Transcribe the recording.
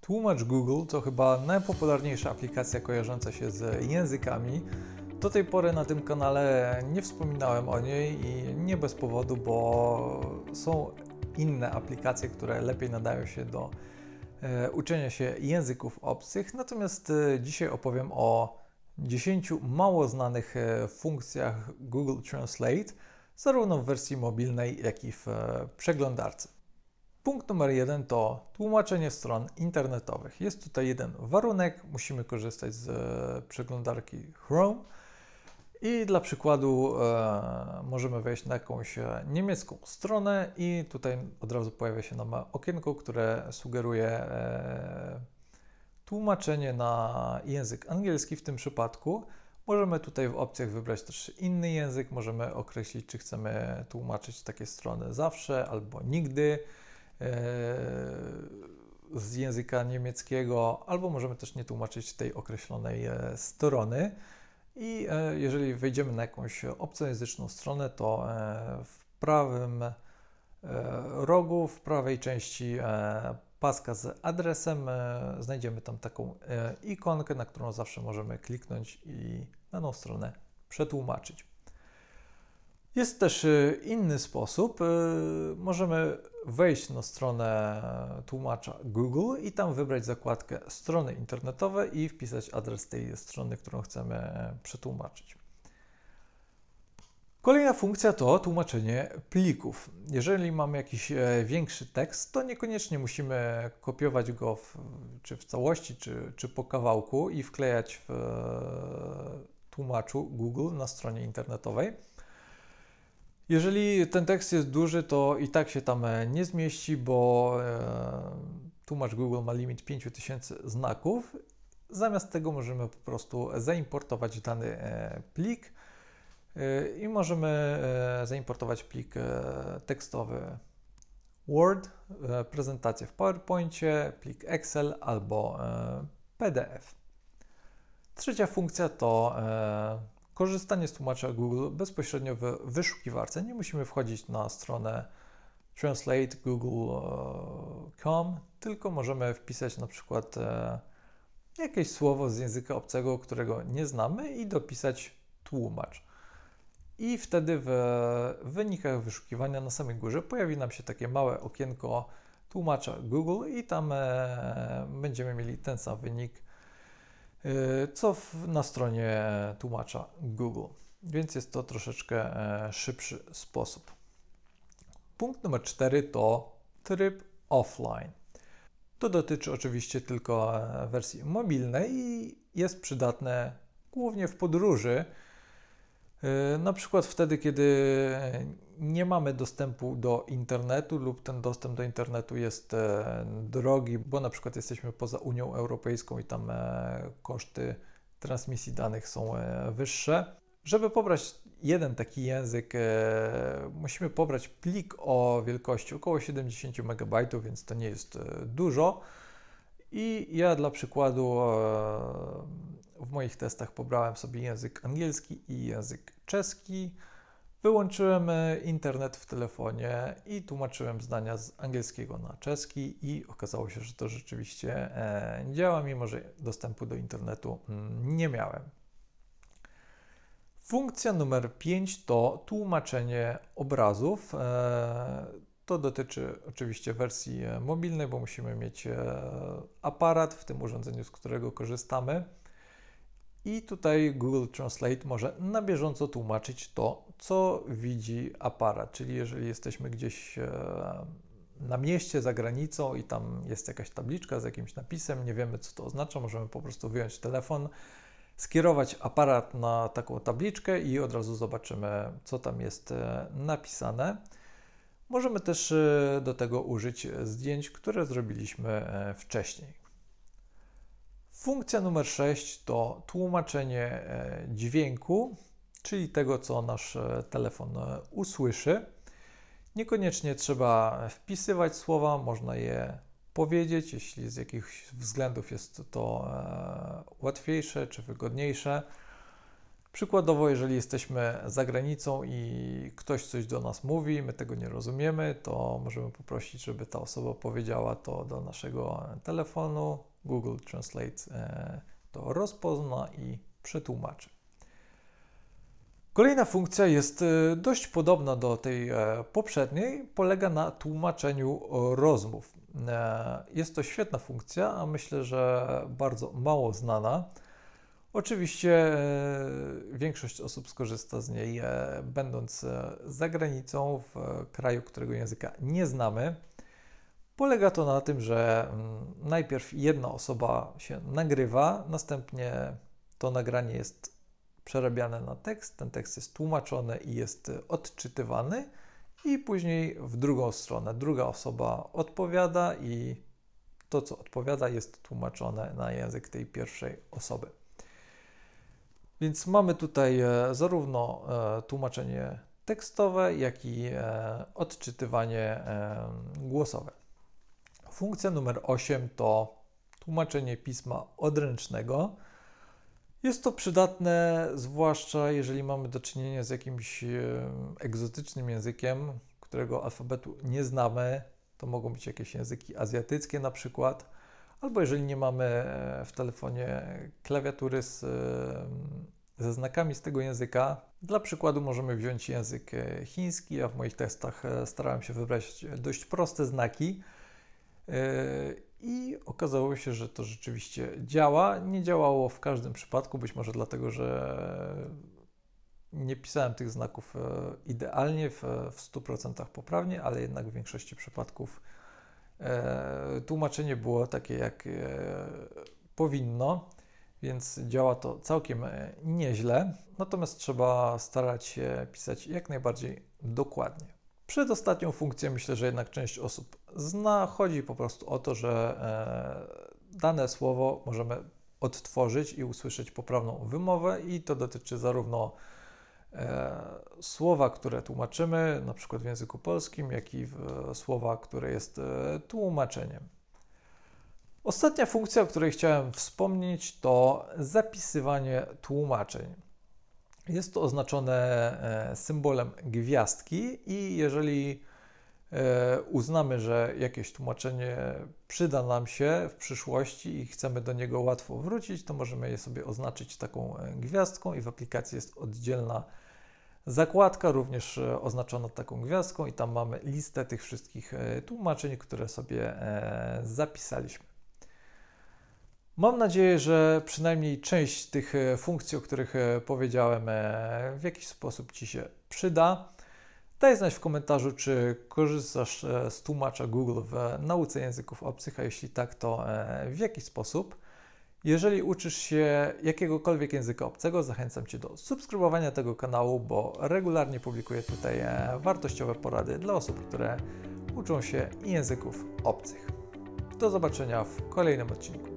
Tłumacz Google to chyba najpopularniejsza aplikacja kojarząca się z językami. Do tej pory na tym kanale nie wspominałem o niej i nie bez powodu, bo są inne aplikacje, które lepiej nadają się do uczenia się języków obcych. Natomiast dzisiaj opowiem o 10 mało znanych funkcjach Google Translate, zarówno w wersji mobilnej, jak i w przeglądarce. Punkt numer 1 to tłumaczenie stron internetowych. Jest tutaj jeden warunek, musimy korzystać z przeglądarki Chrome i dla przykładu możemy wejść na jakąś niemiecką stronę i tutaj od razu pojawia się nam okienko, które sugeruje tłumaczenie na język angielski w tym przypadku. Możemy tutaj w opcjach wybrać też inny język, możemy określić, czy chcemy tłumaczyć takie strony zawsze albo nigdy z języka niemieckiego, albo możemy też nie tłumaczyć tej określonej strony. I jeżeli wejdziemy na jakąś obcojęzyczną stronę, to w prawym rogu, w prawej części paska z adresem znajdziemy tam taką ikonkę, na którą zawsze możemy kliknąć i daną stronę przetłumaczyć. Jest też inny sposób. Możemy wejść na stronę tłumacza Google i tam wybrać zakładkę strony internetowe i wpisać adres tej strony, którą chcemy przetłumaczyć. Kolejna funkcja to tłumaczenie plików. Jeżeli mamy jakiś większy tekst, to niekoniecznie musimy kopiować go czy w całości, czy po kawałku i wklejać w tłumaczu Google na stronie internetowej. Jeżeli ten tekst jest duży, to i tak się tam nie zmieści, bo tłumacz Google ma limit 5000 znaków. Zamiast tego możemy po prostu zaimportować dany plik i możemy zaimportować plik tekstowy Word, prezentację w PowerPoincie, plik Excel albo PDF. Trzecia funkcja to korzystanie z tłumacza Google bezpośrednio w wyszukiwarce. Nie musimy wchodzić na stronę translategoogle.com, tylko możemy wpisać na przykład jakieś słowo z języka obcego, którego nie znamy i dopisać tłumacz. I wtedy w wynikach wyszukiwania na samej górze pojawi nam się takie małe okienko tłumacza Google i tam będziemy mieli ten sam wynik, co na stronie tłumacza Google. Więc jest to troszeczkę szybszy sposób. Punkt numer 4 to tryb offline. To dotyczy oczywiście tylko wersji mobilnej i jest przydatne głównie w podróży. Na przykład wtedy, kiedy nie mamy dostępu do internetu lub ten dostęp do internetu jest drogi, bo na przykład jesteśmy poza Unią Europejską i tam koszty transmisji danych są wyższe. Żeby pobrać jeden taki język, musimy pobrać plik o wielkości około 70 MB, więc to nie jest dużo. I ja dla przykładu w moich testach pobrałem sobie język angielski i język czeski. Wyłączyłem internet w telefonie i tłumaczyłem zdania z angielskiego na czeski i okazało się, że to rzeczywiście działa, mimo że dostępu do internetu nie miałem. Funkcja numer 5 to tłumaczenie obrazów. To dotyczy oczywiście wersji mobilnej, bo musimy mieć aparat w tym urządzeniu, z którego korzystamy. I tutaj Google Translate może na bieżąco tłumaczyć to, co widzi aparat. Czyli jeżeli jesteśmy gdzieś na mieście, za granicą i tam jest jakaś tabliczka z jakimś napisem, nie wiemy, co to oznacza, możemy po prostu wyjąć telefon, skierować aparat na taką tabliczkę i od razu zobaczymy, co tam jest napisane. Możemy też do tego użyć zdjęć, które zrobiliśmy wcześniej. Funkcja numer 6 to tłumaczenie dźwięku, czyli tego, co nasz telefon usłyszy. Niekoniecznie trzeba wpisywać słowa, można je powiedzieć, jeśli z jakichś względów jest to łatwiejsze czy wygodniejsze. Przykładowo, jeżeli jesteśmy za granicą i ktoś coś do nas mówi, my tego nie rozumiemy, to możemy poprosić, żeby ta osoba powiedziała to do naszego telefonu. Google Translate to rozpozna i przetłumaczy. Kolejna funkcja jest dość podobna do tej poprzedniej, polega na tłumaczeniu rozmów. Jest to świetna funkcja, a myślę, że bardzo mało znana. Oczywiście większość osób skorzysta z niej, będąc za granicą, w kraju, którego języka nie znamy. Polega to na tym, że najpierw jedna osoba się nagrywa, następnie to nagranie jest przerabiane na tekst, ten tekst jest tłumaczony i jest odczytywany i później w drugą stronę druga osoba odpowiada i to, co odpowiada, jest tłumaczone na język tej pierwszej osoby. Więc mamy tutaj zarówno tłumaczenie tekstowe, jak i odczytywanie głosowe. Funkcja numer 8 to tłumaczenie pisma odręcznego. Jest to przydatne, zwłaszcza jeżeli mamy do czynienia z jakimś egzotycznym językiem, którego alfabetu nie znamy. To mogą być jakieś języki azjatyckie na przykład, albo jeżeli nie mamy w telefonie klawiatury ze znakami z tego języka. Dla przykładu możemy wziąć język chiński. Ja w moich testach starałem się wybrać dość proste znaki. I okazało się, że to rzeczywiście działa. Nie działało w każdym przypadku, być może dlatego, że nie pisałem tych znaków idealnie, w 100% poprawnie, ale jednak w większości przypadków tłumaczenie było takie, jak powinno, więc działa to całkiem nieźle. Natomiast trzeba starać się pisać jak najbardziej dokładnie. Przedostatnią funkcję myślę, że jednak część osób zna. Chodzi po prostu o to, że dane słowo możemy odtworzyć i usłyszeć poprawną wymowę i to dotyczy zarówno słowa, które tłumaczymy, na przykład w języku polskim, jak i słowa, które jest tłumaczeniem. Ostatnia funkcja, o której chciałem wspomnieć, to zapisywanie tłumaczeń. Jest to oznaczone symbolem gwiazdki i jeżeli uznamy, że jakieś tłumaczenie przyda nam się w przyszłości i chcemy do niego łatwo wrócić, to możemy je sobie oznaczyć taką gwiazdką i w aplikacji jest oddzielna zakładka, również oznaczona taką gwiazdką i tam mamy listę tych wszystkich tłumaczeń, które sobie zapisaliśmy. Mam nadzieję, że przynajmniej część tych funkcji, o których powiedziałem, w jakiś sposób Ci się przyda. Daj znać w komentarzu, czy korzystasz z tłumacza Google w nauce języków obcych, a jeśli tak, to w jaki sposób. Jeżeli uczysz się jakiegokolwiek języka obcego, zachęcam Cię do subskrybowania tego kanału, bo regularnie publikuję tutaj wartościowe porady dla osób, które uczą się języków obcych. Do zobaczenia w kolejnym odcinku.